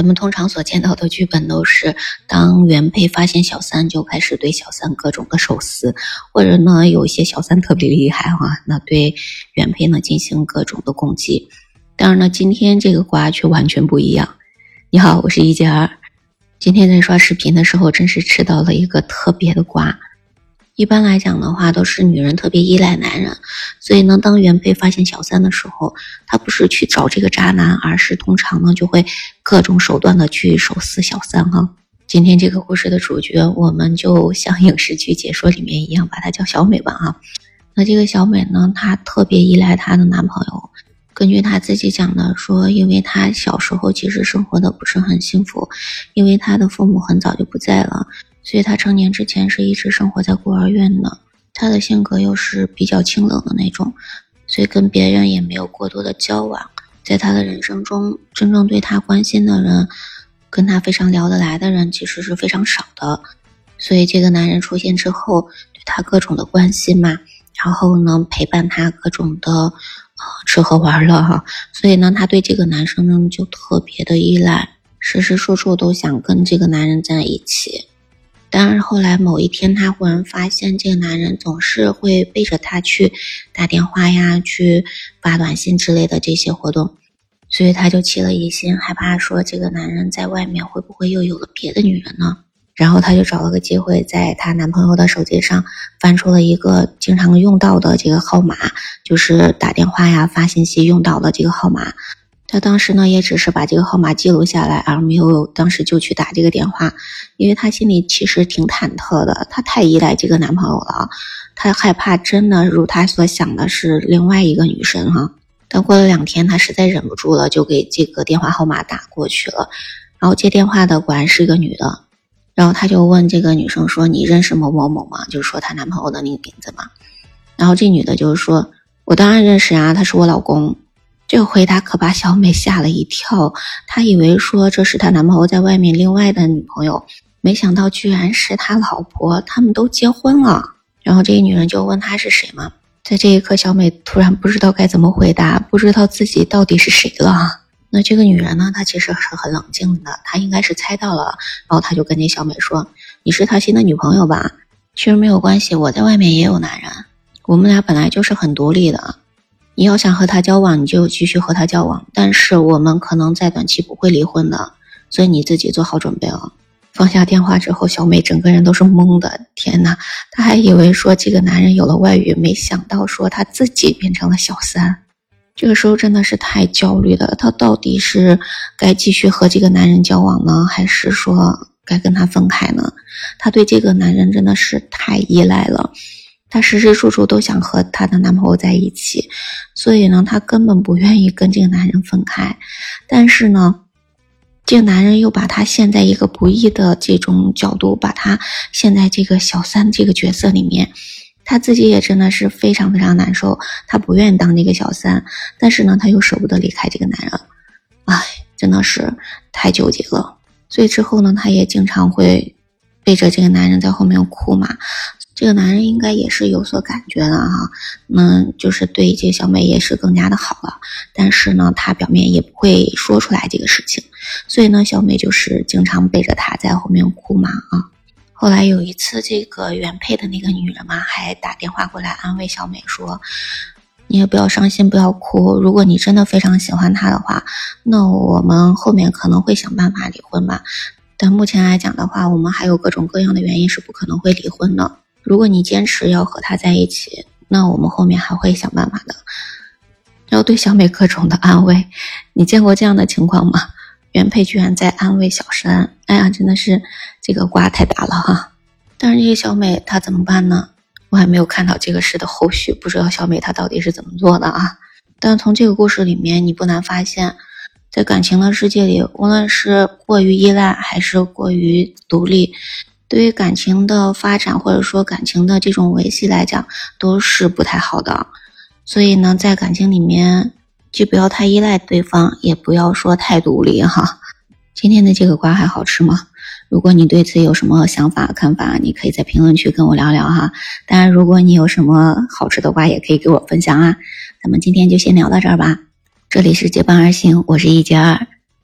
咱们通常所见到的剧本都是，当原配发现小三，就开始对小三各种的手撕，或者呢，有一些小三特别厉害那对原配呢进行各种的攻击。当然呢，今天这个瓜却完全不一样。你好，我是一姐儿。今天在刷视频的时候，真是吃到了一个特别的瓜。一般来讲的话，都是女人特别依赖男人，所以呢，当原配发现小三的时候，她不是去找这个渣男，而是通常呢就会各种手段的去手撕小三今天这个故事的主角，我们就像影视剧解说里面一样，把她叫小美吧那这个小美呢，她特别依赖她的男朋友。根据她自己讲的说，因为她小时候其实生活的不是很幸福，因为她的父母很早就不在了，所以她成年之前是一直生活在孤儿院的。她的性格又是比较清冷的那种，所以跟别人也没有过多的交往。在她的人生中，真正对她关心的人，跟她非常聊得来的人其实是非常少的。所以这个男人出现之后，对她各种的关心嘛，然后呢陪伴她各种的吃喝玩乐所以呢她对这个男生呢就特别的依赖，时时处处都想跟这个男人在一起。当然后来某一天，她忽然发现这个男人总是会背着她去打电话呀，去发短信之类的这些活动，所以她就起了疑心，害怕说这个男人在外面会不会又有了别的女人呢。然后她就找了个机会，在她男朋友的手机上翻出了一个经常用到的这个号码，就是打电话呀发信息用到的这个号码。她当时呢也只是把这个号码记录下来，而没有当时就去打这个电话，因为她心里其实挺忐忑的，她太依赖这个男朋友了，她害怕真的如她所想的是另外一个女生但过了2天，她实在忍不住了，就给这个电话号码打过去了。然后接电话的果然是一个女的，然后她就问这个女生说，你认识某某某吗？就是说她男朋友的那个名字嘛。然后这女的就是说，我当然认识啊，他是我老公。这个回答可把小美吓了一跳，她以为说这是她男朋友在外面另外的女朋友，没想到居然是她老婆，他们都结婚了。然后这个女人就问她是谁嘛，在这一刻小美突然不知道该怎么回答，不知道自己到底是谁了。那这个女人呢，她其实是很冷静的，她应该是猜到了，然后她就跟这小美说，你是她新的女朋友吧？其实没有关系，我在外面也有男人，我们俩本来就是很独立的，你要想和他交往，你就继续和他交往，但是我们可能在短期不会离婚的，所以你自己做好准备了。放下电话之后，小美整个人都是懵的，天哪，她还以为说这个男人有了外遇，没想到说他自己变成了小三。这个时候真的是太焦虑了，她到底是该继续和这个男人交往呢，还是说该跟他分开呢？她对这个男人真的是太依赖了，她时时处处都想和她的男朋友在一起，所以呢她根本不愿意跟这个男人分开。但是呢这个男人又把她陷在一个不义的这种角度，把她陷在这个小三这个角色里面，她自己也真的是非常非常难受，她不愿意当这个小三，但是呢她又舍不得离开这个男人，真的是太纠结了。所以之后呢她也经常会背着这个男人在后面哭嘛。这个男人应该也是有所感觉了就是对这个小美也是更加的好了，但是呢他表面也不会说出来这个事情，所以呢小美就是经常背着他在后面哭嘛后来有一次，这个原配的那个女人嘛，还打电话过来安慰小美说，你也不要伤心，不要哭，如果你真的非常喜欢他的话，那我们后面可能会想办法离婚吧，但目前来讲的话，我们还有各种各样的原因是不可能会离婚的，如果你坚持要和他在一起，那我们后面还会想办法的。然后对小美各种的安慰，你见过这样的情况吗？原配居然在安慰小三，哎呀，真的是这个瓜太大了但是这个小美她怎么办呢？我还没有看到这个事的后续，不知道小美她到底是怎么做的但从这个故事里面，你不难发现，在感情的世界里，无论是过于依赖还是过于独立，对于感情的发展或者说感情的这种维系来讲都是不太好的。所以呢在感情里面既不要太依赖对方，也不要说太独立今天的这个瓜还好吃吗？如果你对此有什么想法看法，你可以在评论区跟我聊聊当然如果你有什么好吃的瓜也可以给我分享咱们今天就先聊到这儿吧。这里是结伴而行，我是一姐儿，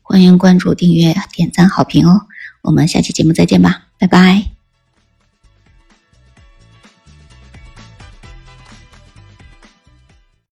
欢迎关注、订阅、点赞、好评哦。我们下期节目再见吧，拜拜。